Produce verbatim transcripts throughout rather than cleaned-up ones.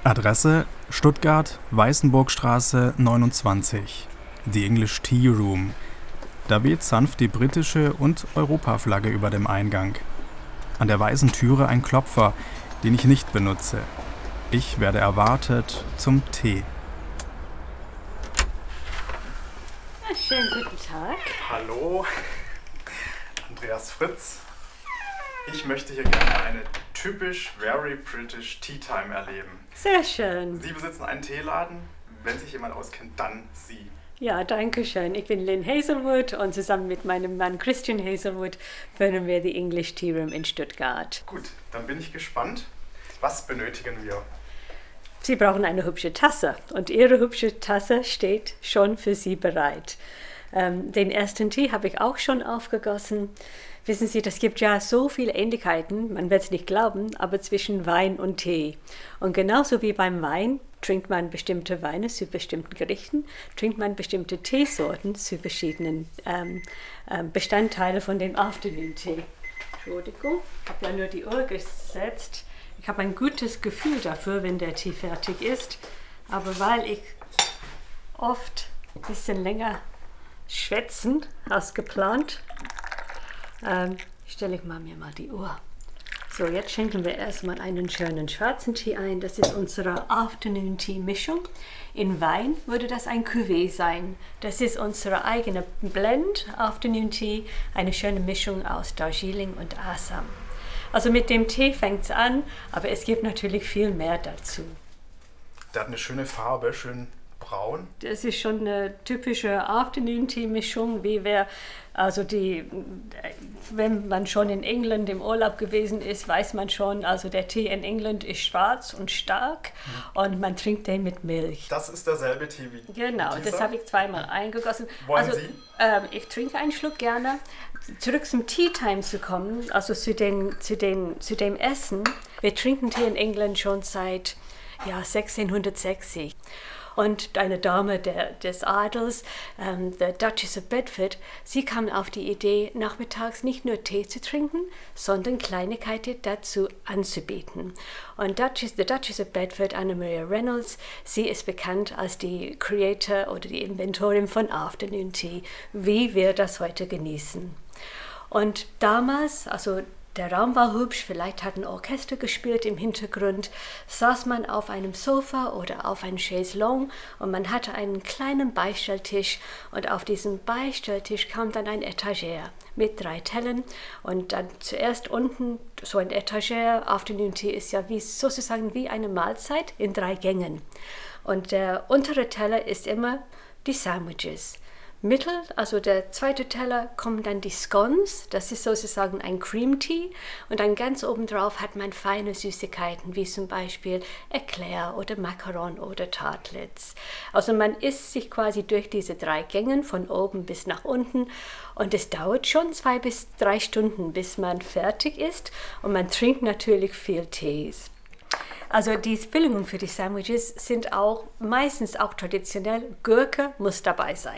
Adresse: Stuttgart, Weißenburgstraße neunundzwanzig. The English Tea Room. Da weht sanft die britische und Europaflagge über dem Eingang. An der weißen Türe ein Klopfer, den ich nicht benutze. Ich werde erwartet zum Tee. Ja, schönen guten Tag. Hallo, Andreas Fritz. Ich möchte hier gerne eine typisch very British Tea Time erleben. Sehr schön. Sie besitzen einen Teeladen. Wenn sich jemand auskennt, dann Sie. Ja, danke schön. Ich bin Lynn Hazelwood und zusammen mit meinem Mann Christian Hazelwood führen wir die English Tea Room in Stuttgart. Gut, dann bin ich gespannt. Was benötigen wir? Sie brauchen eine hübsche Tasse und Ihre hübsche Tasse steht schon für Sie bereit. Ähm, den ersten Tee habe ich auch schon aufgegossen. Wissen Sie, das gibt ja so viele Ähnlichkeiten, man wird es nicht glauben, aber zwischen Wein und Tee. Und genauso wie beim Wein trinkt man bestimmte Weine zu bestimmten Gerichten, trinkt man bestimmte Teesorten zu verschiedenen ähm, ähm, Bestandteilen von dem Afternoon Tea. Entschuldigung, ich habe ja nur die Uhr gesetzt. Ich habe ein gutes Gefühl dafür, wenn der Tee fertig ist. Aber weil ich oft ein bisschen länger schwätzen als geplant, ähm, stelle ich mal mir mal die Uhr. So, jetzt schenken wir erstmal einen schönen schwarzen Tee ein. Das ist unsere Afternoon Tea Mischung. In Wein würde das ein Cuvée sein. Das ist unsere eigene Blend Afternoon Tea, eine schöne Mischung aus Darjeeling und Assam. Also mit dem Tee fängt es an, aber es gibt natürlich viel mehr dazu. Der hat eine schöne Farbe, schön braun. Das ist schon eine typische Afternoon-Tea-Mischung, wie wir, also die, wenn man schon in England im Urlaub gewesen ist, weiß man schon, also der Tee in England ist schwarz und stark mhm. und man trinkt den mit Milch. Das ist derselbe Tee wie Genau, dieser? Das habe ich zweimal eingegossen. Wollen also, Sie? Ähm, ich trinke einen Schluck gerne. Zurück zum Tea Time zu kommen, also zu, den, zu, den, zu dem Essen. Wir trinken Tee in England schon seit ja, sechzehnhundertsechzig. Und eine Dame der, des Adels, ähm, der Duchess of Bedford, sie kam auf die Idee, nachmittags nicht nur Tee zu trinken, sondern Kleinigkeiten dazu anzubieten. Und Duchess, the Duchess of Bedford, Anna Maria Reynolds, sie ist bekannt als die Creator oder die Inventorin von Afternoon Tea, wie wir das heute genießen. Und damals, also der Raum war hübsch, vielleicht hat ein Orchester gespielt im Hintergrund, saß man auf einem Sofa oder auf einem Chaiselong und man hatte einen kleinen Beistelltisch und auf diesem Beistelltisch kam dann ein Etagere mit drei Tellern und dann zuerst unten so ein Etagere. Afternoon Tea ist ja wie, sozusagen wie eine Mahlzeit in drei Gängen und der untere Teller ist immer die Sandwiches. Mittel, also der zweite Teller, kommen dann die Scones, das ist sozusagen ein Cream Tea und dann ganz oben drauf hat man feine Süßigkeiten, wie zum Beispiel Eclair oder Macaron oder Tartlets. Also man isst sich quasi durch diese drei Gänge von oben bis nach unten und es dauert schon zwei bis drei Stunden, bis man fertig ist und man trinkt natürlich viel Tees. Also die Füllungen für die Sandwiches sind auch meistens auch traditionell, Gurke muss dabei sein.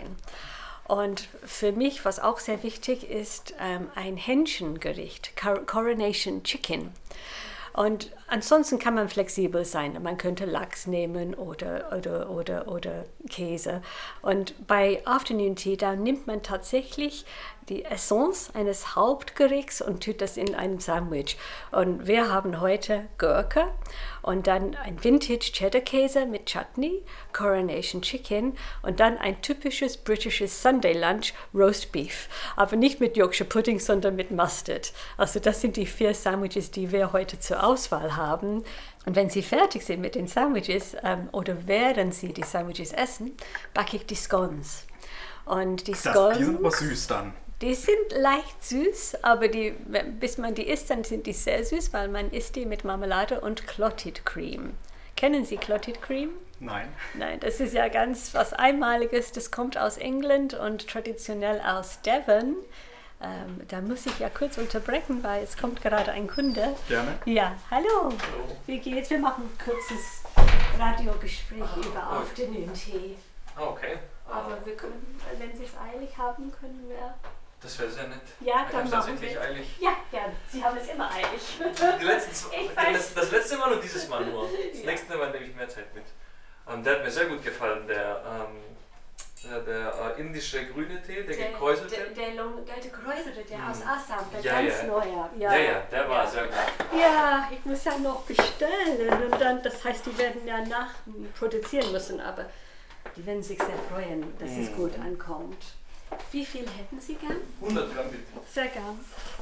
Und für mich, was auch sehr wichtig ist, ähm, ein Hähnchengericht, Coronation Chicken. Und ansonsten kann man flexibel sein. Man könnte Lachs nehmen oder, oder, oder, oder Käse. Und bei Afternoon Tea, da nimmt man tatsächlich die Essence eines Hauptgerichts und tut das in einem Sandwich. Und wir haben heute Gurke und dann ein Vintage Cheddar Käse mit Chutney, Coronation Chicken und dann ein typisches britisches Sunday Lunch, Roast Beef. Aber nicht mit Yorkshire Pudding, sondern mit Mustard. Also das sind die vier Sandwiches, die wir heute zur Auswahl haben. Und wenn Sie fertig sind mit den Sandwiches ähm, oder während Sie die Sandwiches essen, backe ich die Scones. Und die Das, Scones, die sind aber süß dann. Die sind leicht süß, aber die, bis man die isst, dann sind die sehr süß, weil man isst die mit Marmelade und Clotted Cream. Kennen Sie Clotted Cream? Nein. Nein, das ist ja ganz was Einmaliges. Das kommt aus England und traditionell aus Devon. Ähm, da muss ich ja kurz unterbrechen, weil es kommt gerade ein Kunde. Gerne. Ja, hallo. Hallo. Wie geht's? Wir machen ein kurzes Radiogespräch Ah, über gut. Afternoon Tea. Okay. Aber wir können, wenn Sie es eilig haben, können wir... Das wäre sehr nett. Ja, ich dann machen wir. Eilig. Ja, gerne. Sie haben es immer eilig. Die letzten zwei, das, das letzte Mal und dieses Mal nur. Das ja. nächste Mal nehme ich mehr Zeit mit. Ähm, der hat mir sehr gut gefallen, der, ähm, der, der äh, indische grüne Tee, der, der gekräuselte. Der, der, der, der gekräuselte, der hm. aus Assam, der ja, ganz ja. neue. Ja, ja, ja, der war ja. sehr gut. Ja, ich muss ja noch bestellen und dann, das heißt, die werden ja nach produzieren müssen, aber die werden sich sehr freuen, dass hm. es gut ankommt. Wie viel hätten Sie gern? hundert Gramm bitte. Sehr gern.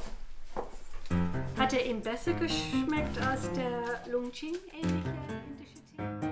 Hat er ihm besser geschmeckt als der Longqing, ähnliche indische Tee?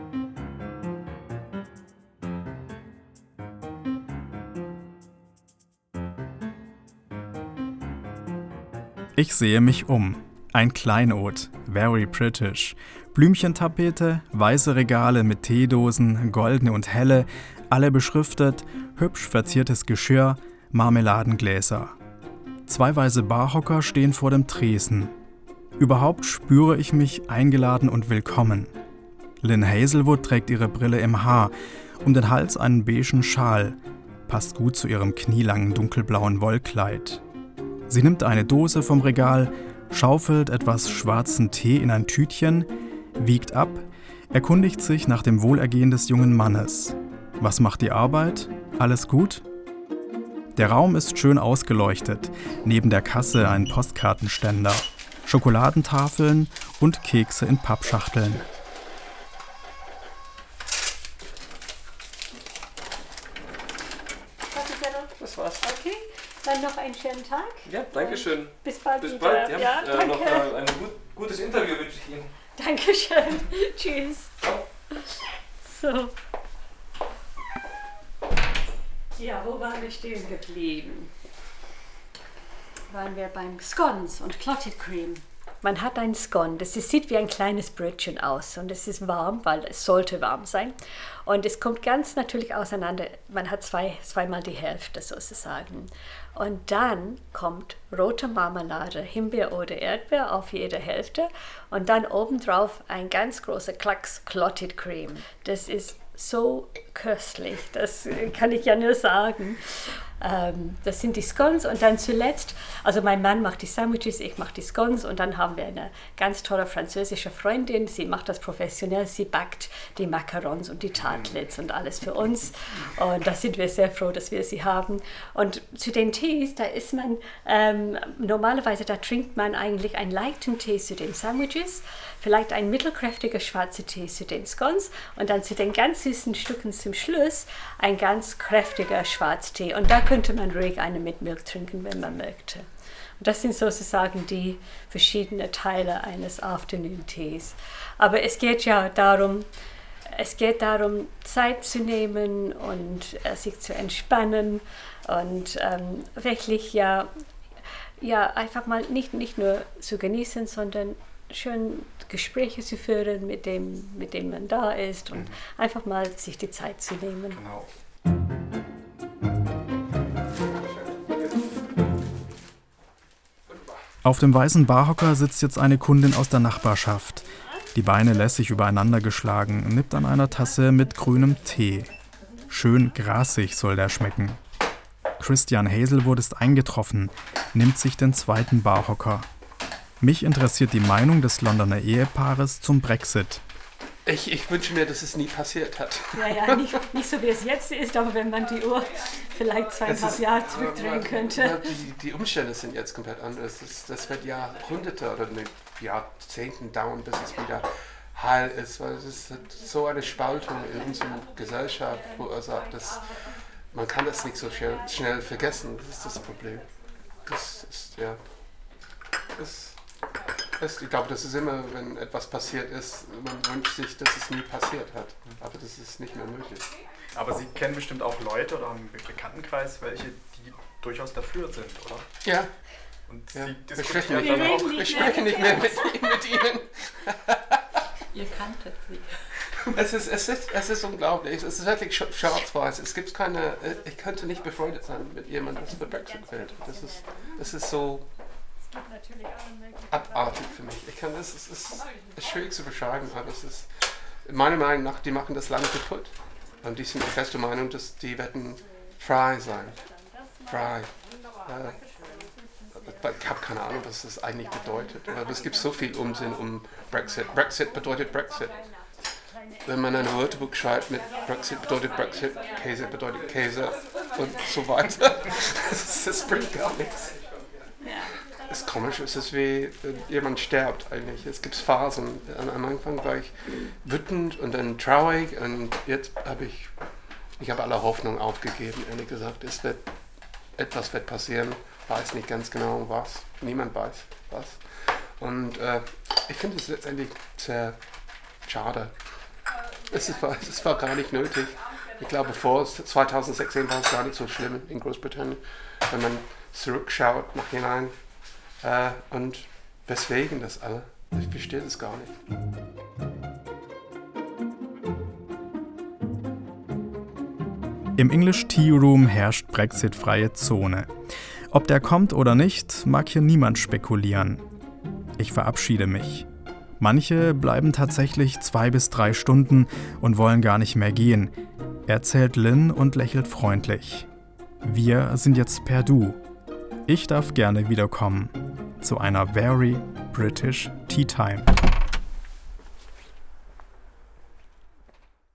Ich sehe mich um. Ein Kleinod, very British. Blümchentapete, weiße Regale mit Teedosen, goldene und helle, alle beschriftet, hübsch verziertes Geschirr, Marmeladengläser. Zwei weiße Barhocker stehen vor dem Tresen. Überhaupt spüre ich mich eingeladen und willkommen. Lynn Hazelwood trägt ihre Brille im Haar, um den Hals einen beigen Schal, passt gut zu ihrem knielangen dunkelblauen Wollkleid. Sie nimmt eine Dose vom Regal, schaufelt etwas schwarzen Tee in ein Tütchen, wiegt ab, erkundigt sich nach dem Wohlergehen des jungen Mannes. Was macht die Arbeit? Alles gut? Der Raum ist schön ausgeleuchtet, neben der Kasse ein Postkartenständer, Schokoladentafeln und Kekse in Pappschachteln. Das war's. Okay, dann noch einen schönen Tag. Ja, danke schön. Bis bald. Bis wieder. bald. Ja. Ja, äh, noch äh, ein gut, gutes Interview wünsche ich Ihnen. Dankeschön. Tschüss. So. Ja, wo waren wir stehen geblieben? Waren wir beim Scones und Clotted Cream. Man hat ein Scone, das ist, sieht wie ein kleines Brötchen aus und es ist warm, weil es sollte warm sein. Und es kommt ganz natürlich auseinander. Man hat zwei, zweimal die Hälfte sozusagen. Und dann kommt rote Marmelade, Himbeer oder Erdbeer auf jede Hälfte. Und dann obendrauf ein ganz großer Klacks Clotted Cream. Das ist so köstlich, das kann ich ja nur sagen. Ähm, das sind die Scones und dann zuletzt, also mein Mann macht die Sandwiches, ich mache die Scones und dann haben wir eine ganz tolle französische Freundin, sie macht das professionell, sie backt die Macarons und die Tartlets und alles für uns und da sind wir sehr froh, dass wir sie haben. Und zu den Tees, da ist man, ähm, normalerweise da trinkt man eigentlich einen leichten Tee zu den Sandwiches, vielleicht ein mittelkräftiger schwarzer Tee zu den Scones und dann zu den ganz süßen Stücken zum Schluss ein ganz kräftiger Schwarztee. Und da könnte man ruhig eine mit Milch trinken, wenn man möchte. Und das sind sozusagen die verschiedenen Teile eines Afternoon-Tees. Aber es geht ja darum, es geht darum, Zeit zu nehmen und äh, sich zu entspannen und ähm, wirklich ja, ja einfach mal nicht, nicht nur zu genießen, sondern schön Gespräche zu führen, mit dem, mit dem man da ist und mhm. einfach mal sich die Zeit zu nehmen. Genau. Auf dem weißen Barhocker sitzt jetzt eine Kundin aus der Nachbarschaft. Die Beine lässig übereinander geschlagen, nippt an einer Tasse mit grünem Tee. Schön grasig soll der schmecken. Christian Hazelwood ist eingetroffen, nimmt sich den zweiten Barhocker. Mich interessiert die Meinung des Londoner Ehepaares zum Brexit. Ich, ich wünsche mir, dass es nie passiert hat. Ja, ja, nicht, nicht so wie es jetzt ist, aber wenn man die Uhr vielleicht zweieinhalb Jahre zurückdrehen könnte. Die, die Umstände sind jetzt komplett anders. Das, das wird Jahrhunderte oder Jahrzehnten dauern, bis es wieder heil ist, weil es so eine Spaltung in unserer Gesellschaft verursacht, dass man kann das nicht so schnell, schnell vergessen. Das ist das Problem. Das ist, ja, das ich glaube, das ist immer, wenn etwas passiert ist, man wünscht sich, dass es nie passiert hat. Aber das ist nicht mehr möglich. Aber Sie kennen bestimmt auch Leute oder haben einen Bekanntenkreis, welche, die durchaus dafür sind, oder? Ja. Und ja. Sie wir sprechen nicht, mehr, auch, wir sprechen nicht mehr mit, mit Ihnen. Ihr kanntet sie. Es ist, es, ist, es ist unglaublich. Es ist wirklich schwarz-weiß. Es gibt keine. Ich könnte nicht befreundet sein mit jemandem, das für Brexit wählt. Das ist, das ist so abartig für mich. Ich kann, es ist, es ist schwierig zu beschreiben, aber es ist meiner Meinung nach, die machen das Land kaputt. Und die sind die beste Meinung, dass die werden frei sein. Frei. Äh, ich habe keine Ahnung, was das eigentlich bedeutet. Aber es gibt so viel Unsinn um Brexit. Brexit bedeutet Brexit. Wenn man ein Wörterbuch schreibt mit Brexit bedeutet Brexit, Käse bedeutet Käse und so weiter. Das, das bringt gar nichts. Es ist komisch, es ist wie jemand stirbt eigentlich. Es gibt Phasen. Am Anfang war ich wütend und dann traurig und jetzt habe ich, ich habe alle Hoffnung aufgegeben, ehrlich gesagt. Es wird, etwas wird passieren, weiß nicht ganz genau was. Niemand weiß was. Und äh, ich finde es letztendlich sehr schade. Es war, es war gar nicht nötig. Ich glaube, vor zweitausendsechzehn war es gar nicht so schlimm in Großbritannien, wenn man zurückschaut nach hinein. Äh, und weswegen das alle? Ich verstehe das gar nicht. Im English Tea Room herrscht Brexit-freie Zone. Ob der kommt oder nicht, mag hier niemand spekulieren. Ich verabschiede mich. Manche bleiben tatsächlich zwei bis drei Stunden und wollen gar nicht mehr gehen, erzählt Lynn und lächelt freundlich. Wir sind jetzt per Du. Ich darf gerne wiederkommen zu einer very British Tea Time.